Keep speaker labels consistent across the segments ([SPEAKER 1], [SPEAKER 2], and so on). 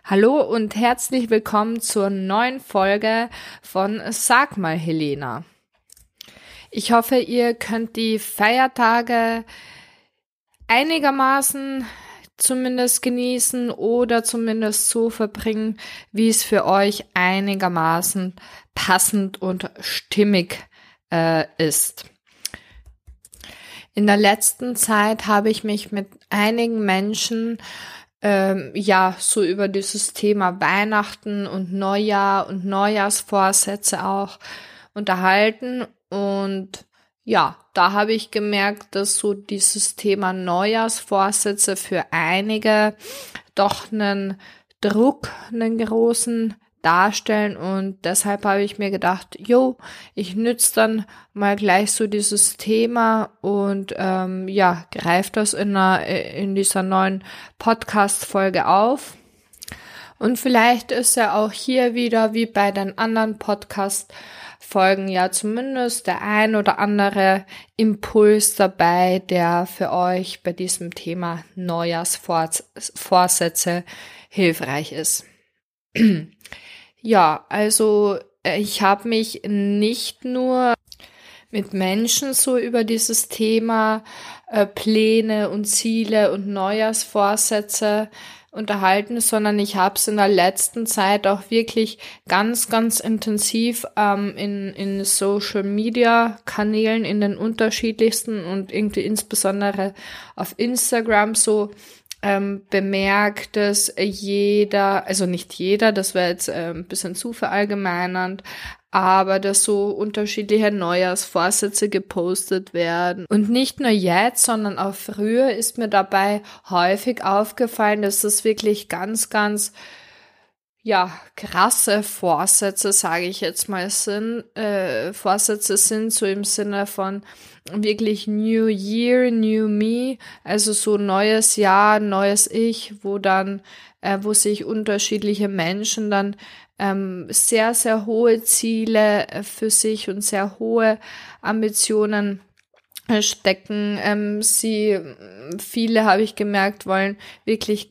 [SPEAKER 1] Hallo und herzlich willkommen zur neuen Folge von Sag mal Helena. Ich hoffe, ihr könnt die Feiertage einigermaßen zumindest genießen oder zumindest so verbringen, wie es für euch einigermaßen passend und stimmig ist. In der letzten Zeit habe ich mich mit einigen Menschen so über dieses Thema Weihnachten und Neujahr und Neujahrsvorsätze auch unterhalten. Und ja, da habe ich gemerkt, dass so dieses Thema Neujahrsvorsätze für einige doch einen großen darstellen, und deshalb habe ich mir gedacht, ich nütze dann mal gleich so dieses Thema und greife das in dieser neuen Podcast-Folge auf. Und vielleicht ist ja auch hier wieder, wie bei den anderen Podcast-Folgen, ja zumindest der ein oder andere Impuls dabei, der für euch bei diesem Thema Neujahrsvorsätze hilfreich ist. Ja, also ich habe mich nicht nur mit Menschen so über dieses Thema Pläne und Ziele und Neujahrsvorsätze unterhalten, sondern ich habe es in der letzten Zeit auch wirklich ganz, ganz intensiv in Social Media Kanälen, in den unterschiedlichsten und irgendwie insbesondere auf Instagram so bemerkt, dass nicht jeder, das wäre jetzt ein bisschen zu verallgemeinernd, aber dass so unterschiedliche Neujahrsvorsätze gepostet werden. Und nicht nur jetzt, sondern auch früher ist mir dabei häufig aufgefallen, dass das wirklich ganz, ganz krasse Vorsätze, sage ich jetzt mal, Vorsätze sind so im Sinne von wirklich New Year, New Me, also so neues Jahr, neues Ich, wo sich unterschiedliche Menschen dann sehr, sehr hohe Ziele für sich und sehr hohe Ambitionen stecken. Viele, habe ich gemerkt, wollen wirklich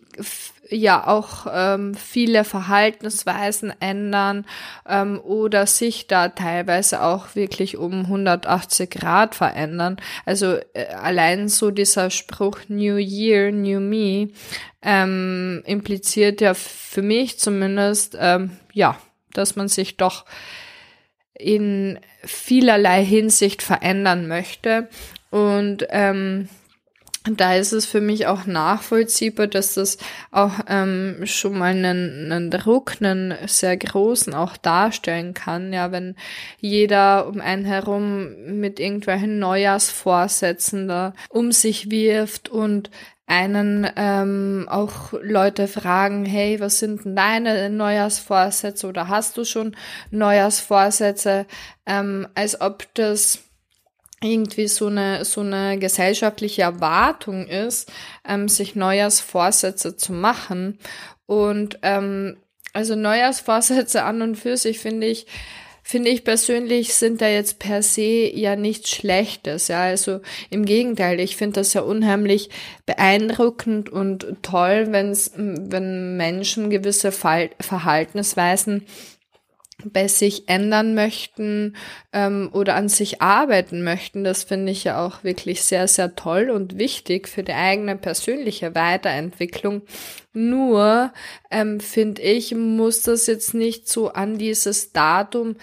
[SPEAKER 1] viele Verhaltensweisen ändern oder sich da teilweise auch wirklich um 180 Grad verändern. Also allein so dieser Spruch New Year, New Me impliziert ja für mich zumindest, dass man sich doch in vielerlei Hinsicht verändern möchte. Und da ist es für mich auch nachvollziehbar, dass das auch schon mal einen Druck, einen sehr großen auch darstellen kann, ja, wenn jeder um einen herum mit irgendwelchen Neujahrsvorsätzen da um sich wirft und einen auch Leute fragen, hey, was sind denn deine Neujahrsvorsätze oder hast du schon Neujahrsvorsätze, als ob das irgendwie so eine gesellschaftliche Erwartung ist, sich Neujahrsvorsätze zu machen. Und also Neujahrsvorsätze an und für sich finde ich persönlich sind da jetzt per se ja nichts Schlechtes, ja, also im Gegenteil, ich finde das ja unheimlich beeindruckend und toll, wenn Menschen gewisse Verhaltensweisen bei sich ändern möchten oder an sich arbeiten möchten. Das finde ich ja auch wirklich sehr, sehr toll und wichtig für die eigene persönliche Weiterentwicklung. Nur, finde ich, muss das jetzt nicht so an dieses Datum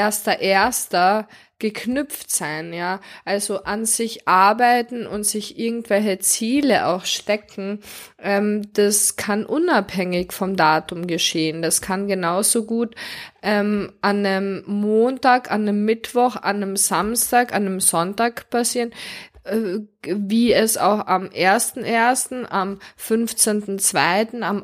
[SPEAKER 1] 1.1. geknüpft sein, ja. Also an sich arbeiten und sich irgendwelche Ziele auch stecken, das kann unabhängig vom Datum geschehen. Das kann genauso gut an einem Montag, an einem Mittwoch, an einem Samstag, an einem Sonntag passieren, wie es auch am 1.1., am 15.2., am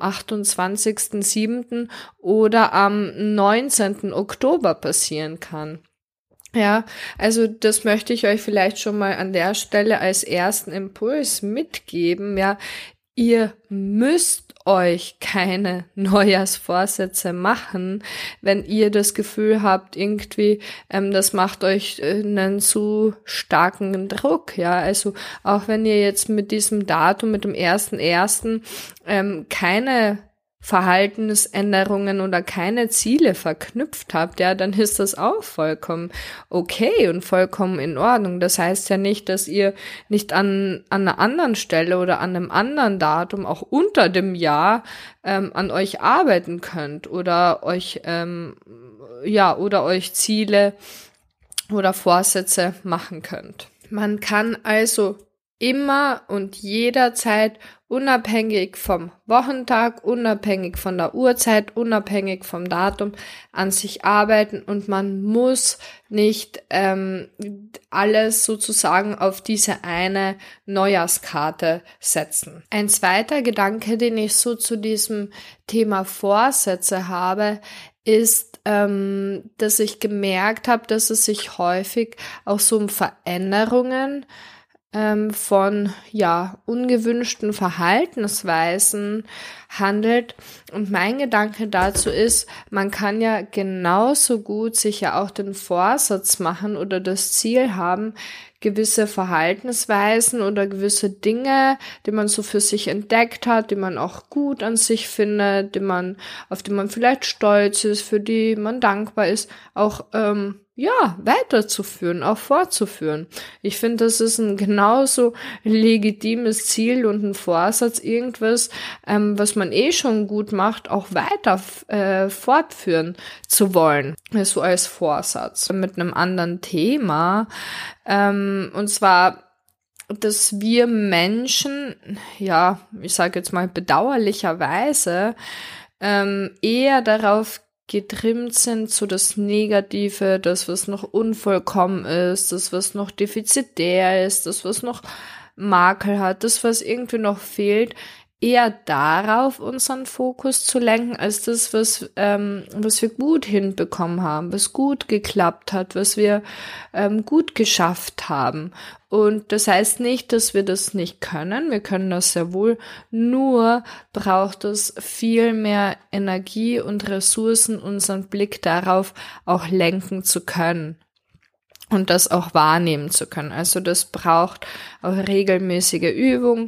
[SPEAKER 1] 28.7. oder am 19. Oktober passieren kann. Ja, also das möchte ich euch vielleicht schon mal an der Stelle als ersten Impuls mitgeben. Ja, ihr müsst euch keine Neujahrsvorsätze machen, wenn ihr das Gefühl habt, irgendwie, das macht euch einen zu starken Druck, ja, also auch wenn ihr jetzt mit diesem Datum, mit dem 1.1. Keine Verhaltensänderungen oder keine Ziele verknüpft habt, ja, dann ist das auch vollkommen okay und vollkommen in Ordnung. Das heißt ja nicht, dass ihr nicht an einer anderen Stelle oder an einem anderen Datum auch unter dem Jahr an euch arbeiten könnt oder euch oder euch Ziele oder Vorsätze machen könnt. Man kann also immer und jederzeit unabhängig vom Wochentag, unabhängig von der Uhrzeit, unabhängig vom Datum an sich arbeiten und man muss nicht alles sozusagen auf diese eine Neujahrskarte setzen. Ein zweiter Gedanke, den ich so zu diesem Thema Vorsätze habe, ist, dass ich gemerkt habe, dass es sich häufig auch so um Veränderungen von ungewünschten Verhaltensweisen handelt. Und mein Gedanke dazu ist, man kann ja genauso gut sich ja auch den Vorsatz machen oder das Ziel haben, gewisse Verhaltensweisen oder gewisse Dinge, die man so für sich entdeckt hat, die man auch gut an sich findet, auf die man vielleicht stolz ist, für die man dankbar ist, auch weiterzuführen, auch fortzuführen. Ich finde, das ist ein genauso legitimes Ziel und ein Vorsatz, irgendwas, was man schon gut macht, auch weiter fortführen zu wollen. So als Vorsatz. Mit einem anderen Thema, und zwar, dass wir Menschen, ich sage jetzt mal bedauerlicherweise, eher darauf getrimmt sind, so das Negative, das, was noch unvollkommen ist, das, was noch defizitär ist, das, was noch Makel hat, das, was irgendwie noch fehlt, eher darauf unseren Fokus zu lenken, als das, was wir gut hinbekommen haben, was gut geklappt hat, was wir gut geschafft haben. Und das heißt nicht, dass wir das nicht können. Wir können das sehr wohl. Nur braucht es viel mehr Energie und Ressourcen, unseren Blick darauf auch lenken zu können. Und das auch wahrnehmen zu können. Also das braucht auch regelmäßige Übung.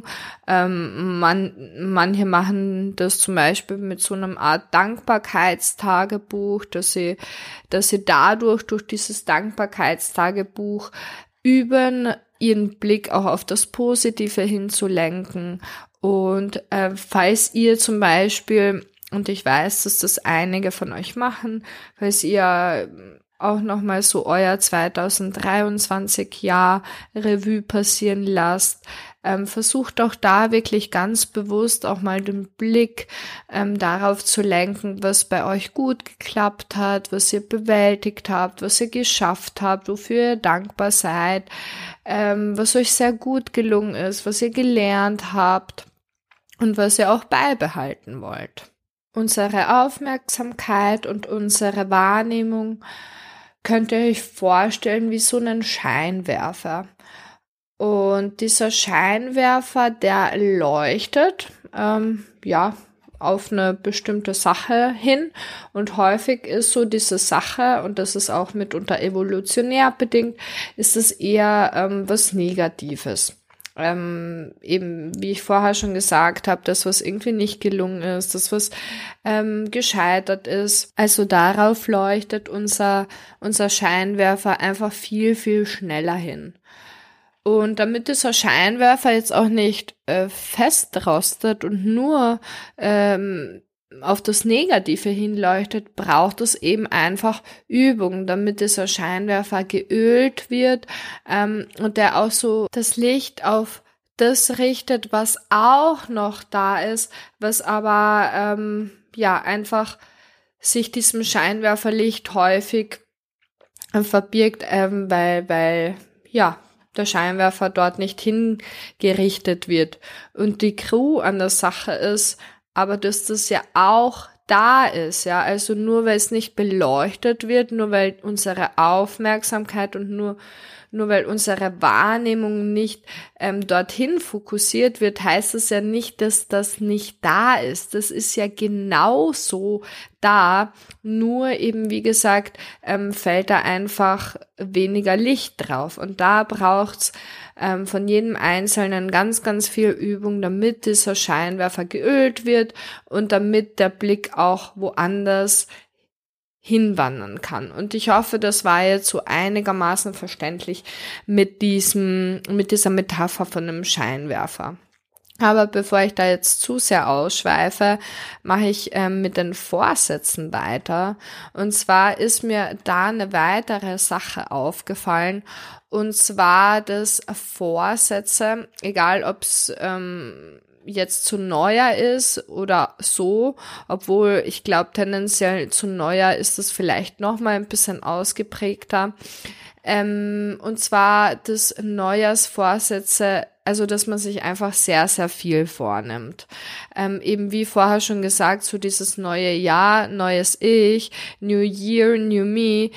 [SPEAKER 1] Manche machen das zum Beispiel mit so einer Art Dankbarkeitstagebuch, dass sie durch dieses Dankbarkeitstagebuch üben, ihren Blick auch auf das Positive hinzulenken. Und falls ihr zum Beispiel, und ich weiß, dass das einige von euch machen, falls ihr auch nochmal so euer 2023 Jahr Revue passieren lasst. Versucht auch da wirklich ganz bewusst auch mal den Blick darauf zu lenken, was bei euch gut geklappt hat, was ihr bewältigt habt, was ihr geschafft habt, wofür ihr dankbar seid, was euch sehr gut gelungen ist, was ihr gelernt habt und was ihr auch beibehalten wollt. Unsere Aufmerksamkeit und unsere Wahrnehmung könnt ihr euch vorstellen wie so einen Scheinwerfer. Und dieser Scheinwerfer, der leuchtet, auf eine bestimmte Sache hin. Und häufig ist so diese Sache, und das ist auch mitunter evolutionär bedingt, ist es eher was Negatives. Eben, wie ich vorher schon gesagt habe, das, was irgendwie nicht gelungen ist, das, was gescheitert ist. Also darauf leuchtet unser Scheinwerfer einfach viel, viel schneller hin. Und damit dieser Scheinwerfer jetzt auch nicht festrostet und nur auf das Negative hinleuchtet, braucht es eben einfach Übung, damit dieser Scheinwerfer geölt wird und der auch so das Licht auf das richtet, was auch noch da ist, was aber einfach sich diesem Scheinwerferlicht häufig verbirgt, weil der Scheinwerfer dort nicht hingerichtet wird. Und die Crew an der Sache ist, aber dass das ja auch da ist, ja, also nur weil es nicht beleuchtet wird, nur weil unsere Aufmerksamkeit und nur weil unsere Wahrnehmung nicht dorthin fokussiert wird, heißt es ja nicht, dass das nicht da ist. Das ist ja genauso da, nur eben, wie gesagt, fällt da einfach weniger Licht drauf. Und da braucht's von jedem Einzelnen ganz, ganz viel Übung, damit dieser Scheinwerfer geölt wird und damit der Blick auch woanders hinwandern kann. Und ich hoffe, das war jetzt so einigermaßen verständlich mit dieser Metapher von einem Scheinwerfer. Aber bevor ich da jetzt zu sehr ausschweife, mache ich mit den Vorsätzen weiter. Und zwar ist mir da eine weitere Sache aufgefallen. Und zwar, dass Vorsätze, egal ob es jetzt zu Neujahr ist oder so, obwohl ich glaube, tendenziell zu Neujahr ist es vielleicht noch mal ein bisschen ausgeprägter. Und zwar, dass Neujahrsvorsätze, also dass man sich einfach sehr, sehr viel vornimmt. Eben wie vorher schon gesagt, so dieses neue Jahr, neues Ich, New Year, New Me.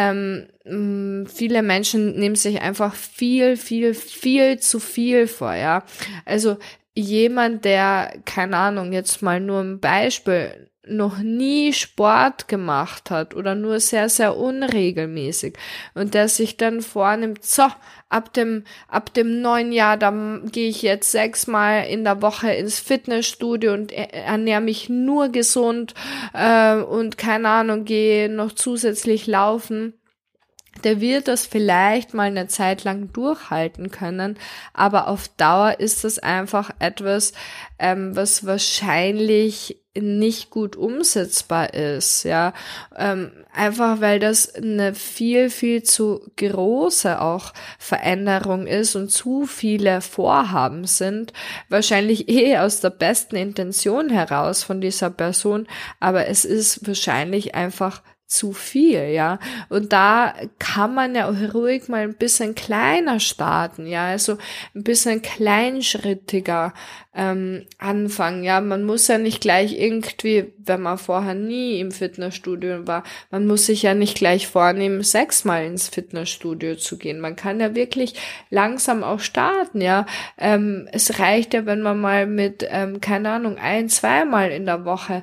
[SPEAKER 1] Viele Menschen nehmen sich einfach viel zu viel vor, ja. Also jemand, der, keine Ahnung, jetzt mal nur ein Beispiel, noch nie Sport gemacht hat oder nur sehr, sehr unregelmäßig und der sich dann vornimmt, so, ab dem neuen Jahr, dann gehe ich jetzt 6-mal in der Woche ins Fitnessstudio und ernähre mich nur gesund und keine Ahnung, gehe noch zusätzlich laufen. Der wird das vielleicht mal eine Zeit lang durchhalten können, aber auf Dauer ist das einfach etwas, was wahrscheinlich nicht gut umsetzbar ist, ja, einfach weil das eine viel zu große auch Veränderung ist und zu viele Vorhaben sind, wahrscheinlich aus der besten Intention heraus von dieser Person, aber es ist wahrscheinlich einfach zu viel, ja. Und da kann man ja auch ruhig mal ein bisschen kleiner starten, ja, also ein bisschen kleinschrittiger anfangen, ja. Man muss ja nicht gleich irgendwie, wenn man vorher nie im Fitnessstudio war, man muss sich ja nicht gleich vornehmen, 6-mal ins Fitnessstudio zu gehen. Man kann ja wirklich langsam auch starten, ja. Es reicht ja, wenn man mal mit, keine Ahnung, 1-2-mal in der Woche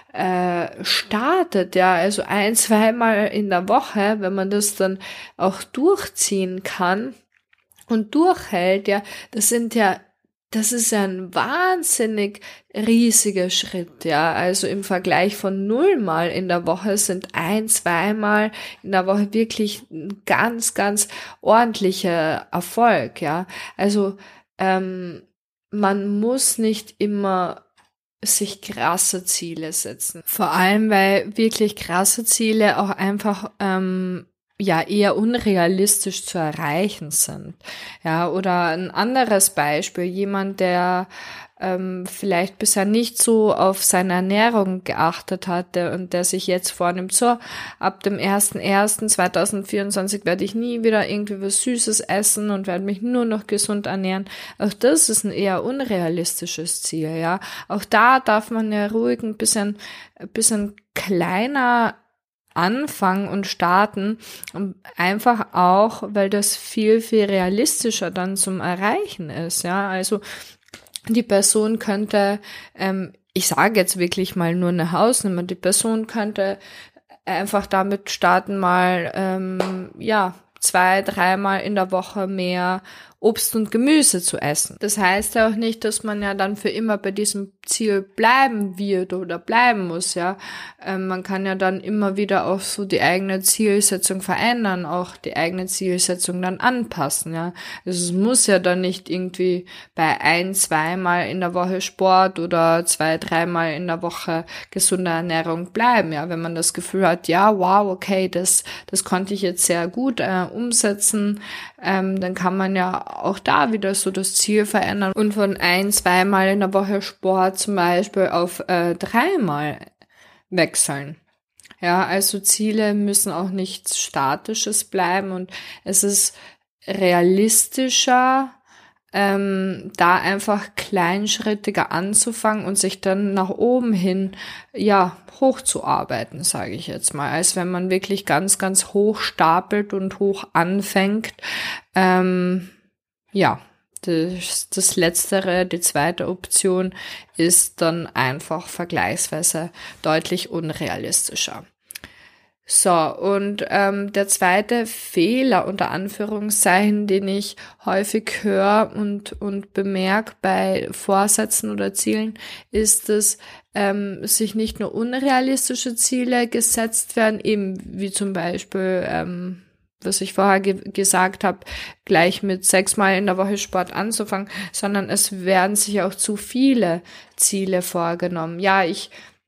[SPEAKER 1] startet, ja, also 1-2-mal in der Woche, wenn man das dann auch durchziehen kann und durchhält, ja, das ist ja ein wahnsinnig riesiger Schritt, ja, also im Vergleich von 0-mal in der Woche sind 1-2-mal in der Woche wirklich ein ganz, ganz ordentlicher Erfolg, ja, also man muss nicht immer sich krasse Ziele setzen. Vor allem, weil wirklich krasse Ziele auch einfach eher unrealistisch zu erreichen sind. Ja, oder ein anderes Beispiel, jemand, der vielleicht bisher nicht so auf seine Ernährung geachtet hatte und der sich jetzt vornimmt, so, ab dem 01.01.2024 werde ich nie wieder irgendwie was Süßes essen und werde mich nur noch gesund ernähren. Auch das ist ein eher unrealistisches Ziel, ja. Auch da darf man ja ruhig ein bisschen kleiner anfangen und starten, einfach auch, weil das viel realistischer dann zum Erreichen ist, ja, also die Person könnte, ich sage jetzt wirklich mal nur eine Hausnummer, die Person könnte einfach damit starten, mal 2-3-mal in der Woche mehr Obst und Gemüse zu essen. Das heißt ja auch nicht, dass man ja dann für immer bei diesem Ziel bleiben wird oder bleiben muss, ja. Man kann ja dann immer wieder auch so die eigene Zielsetzung verändern, auch die eigene Zielsetzung dann anpassen, ja. Also es muss ja dann nicht irgendwie bei 1-2-mal in der Woche Sport oder 2-3-mal in der Woche gesunde Ernährung bleiben, ja. Wenn man das Gefühl hat, ja, wow, okay, das konnte ich jetzt sehr gut umsetzen, dann kann man ja auch da wieder so das Ziel verändern und von 1-2-mal in der Woche Sport zum Beispiel auf 3-mal wechseln. Ja, also Ziele müssen auch nichts Statisches bleiben und es ist realistischer, da einfach kleinschrittiger anzufangen und sich dann nach oben hin, ja, hochzuarbeiten, sage ich jetzt mal, als wenn man wirklich ganz, ganz hoch stapelt und hoch anfängt. Ja, das Letztere, die zweite Option, ist dann einfach vergleichsweise deutlich unrealistischer. So, und der zweite Fehler unter Anführungszeichen, den ich häufig höre und bemerke bei Vorsätzen oder Zielen, ist, dass sich nicht nur unrealistische Ziele gesetzt werden, eben wie zum Beispiel, was ich vorher gesagt habe, gleich mit 6-mal in der Woche Sport anzufangen, sondern es werden sich auch zu viele Ziele vorgenommen. Ja, ich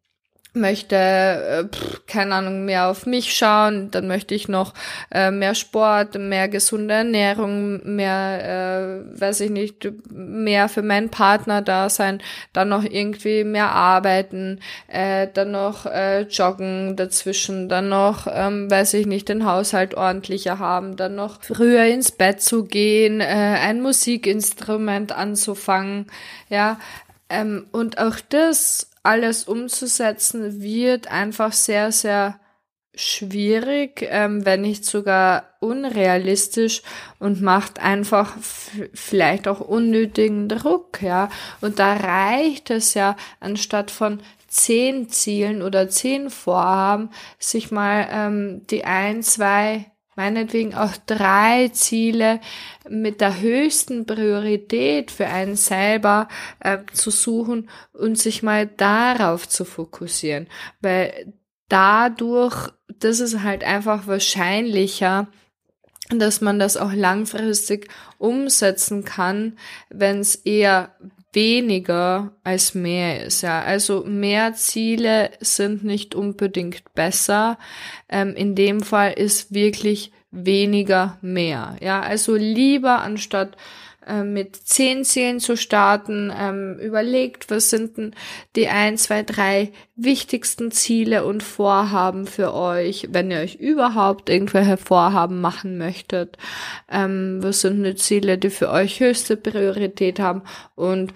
[SPEAKER 1] möchte, keine Ahnung, mehr auf mich schauen, dann möchte ich noch mehr Sport, mehr gesunde Ernährung, mehr, weiß ich nicht, mehr für meinen Partner da sein, dann noch irgendwie mehr arbeiten, dann noch joggen dazwischen, dann noch, weiß ich nicht, den Haushalt ordentlicher haben, dann noch früher ins Bett zu gehen, ein Musikinstrument anzufangen, ja, und auch das alles umzusetzen, wird einfach sehr, sehr schwierig, wenn nicht sogar unrealistisch und macht einfach vielleicht auch unnötigen Druck, ja. Und da reicht es ja, anstatt von 10 Zielen oder 10 Vorhaben, sich mal die 1, 2, meinetwegen auch 3 Ziele mit der höchsten Priorität für einen selber zu suchen und sich mal darauf zu fokussieren, weil dadurch, das ist halt einfach wahrscheinlicher, dass man das auch langfristig umsetzen kann, wenn es eher weniger als mehr ist, ja. Also mehr Ziele sind nicht unbedingt besser. In dem Fall ist wirklich weniger mehr, ja. Also lieber anstatt mit 10 Zielen zu starten, überlegt, was sind denn die 1, 2, 3 wichtigsten Ziele und Vorhaben für euch, wenn ihr euch überhaupt irgendwelche Vorhaben machen möchtet. Was sind die Ziele, die für euch höchste Priorität haben, und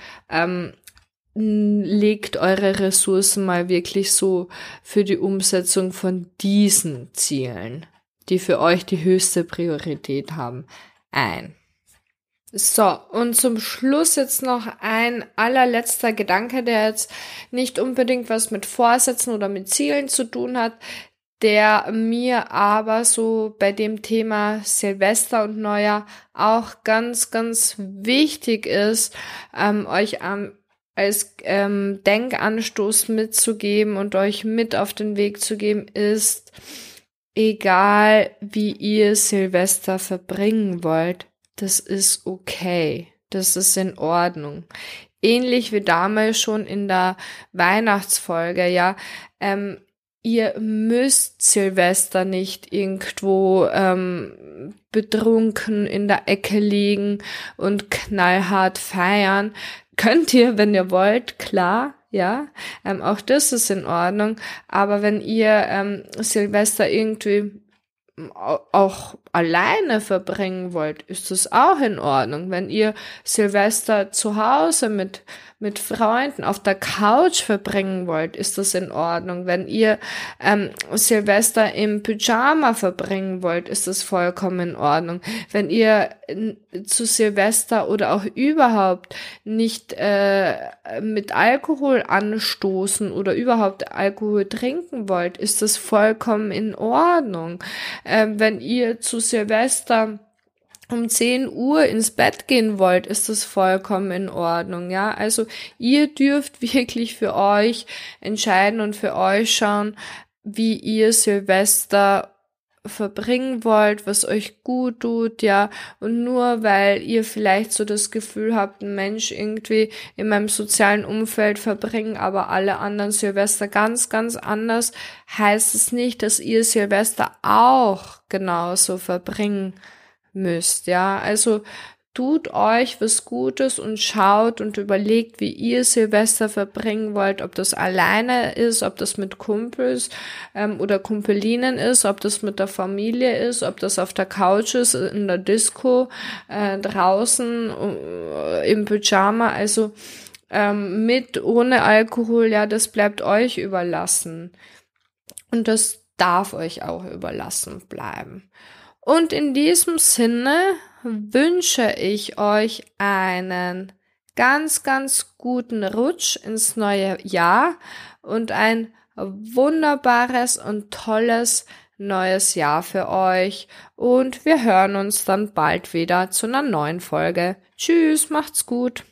[SPEAKER 1] legt eure Ressourcen mal wirklich so für die Umsetzung von diesen Zielen, die für euch die höchste Priorität haben, ein. So, und zum Schluss jetzt noch ein allerletzter Gedanke, der jetzt nicht unbedingt was mit Vorsätzen oder mit Zielen zu tun hat, der mir aber so bei dem Thema Silvester und Neujahr auch ganz, ganz wichtig ist, euch als Denkanstoß mitzugeben und euch mit auf den Weg zu geben, ist, egal wie ihr Silvester verbringen wollt, das ist okay. Das ist in Ordnung. Ähnlich wie damals schon in der Weihnachtsfolge, ja. Ihr müsst Silvester nicht irgendwo betrunken in der Ecke liegen und knallhart feiern. Könnt ihr, wenn ihr wollt, klar, ja. Auch das ist in Ordnung. Aber wenn ihr Silvester irgendwie auch alleine verbringen wollt, ist das auch in Ordnung. Wenn ihr Silvester zu Hause mit Freunden auf der Couch verbringen wollt, ist das in Ordnung. Wenn ihr Silvester im Pyjama verbringen wollt, ist das vollkommen in Ordnung. Wenn ihr zu Silvester oder auch überhaupt nicht mit Alkohol anstoßen oder überhaupt Alkohol trinken wollt, ist das vollkommen in Ordnung. Wenn ihr zu Silvester um 10 Uhr ins Bett gehen wollt, ist das vollkommen in Ordnung, ja. Also ihr dürft wirklich für euch entscheiden und für euch schauen, wie ihr Silvester verbringen wollt, was euch gut tut, ja. Und nur weil ihr vielleicht so das Gefühl habt, ein Mensch irgendwie in meinem sozialen Umfeld verbringen aber alle anderen Silvester ganz, ganz anders, heißt es nicht, dass ihr Silvester auch genauso verbringen müsst, ja. Also tut euch was Gutes und schaut und überlegt, wie ihr Silvester verbringen wollt, ob das alleine ist, ob das mit Kumpels oder Kumpelinen ist, ob das mit der Familie ist, ob das auf der Couch ist, in der Disco, draußen im Pyjama, also mit, ohne Alkohol, ja, das bleibt euch überlassen. Und das darf euch auch überlassen bleiben. Und in diesem Sinne wünsche ich euch einen ganz, ganz guten Rutsch ins neue Jahr und ein wunderbares und tolles neues Jahr für euch. Und wir hören uns dann bald wieder zu einer neuen Folge. Tschüss, macht's gut.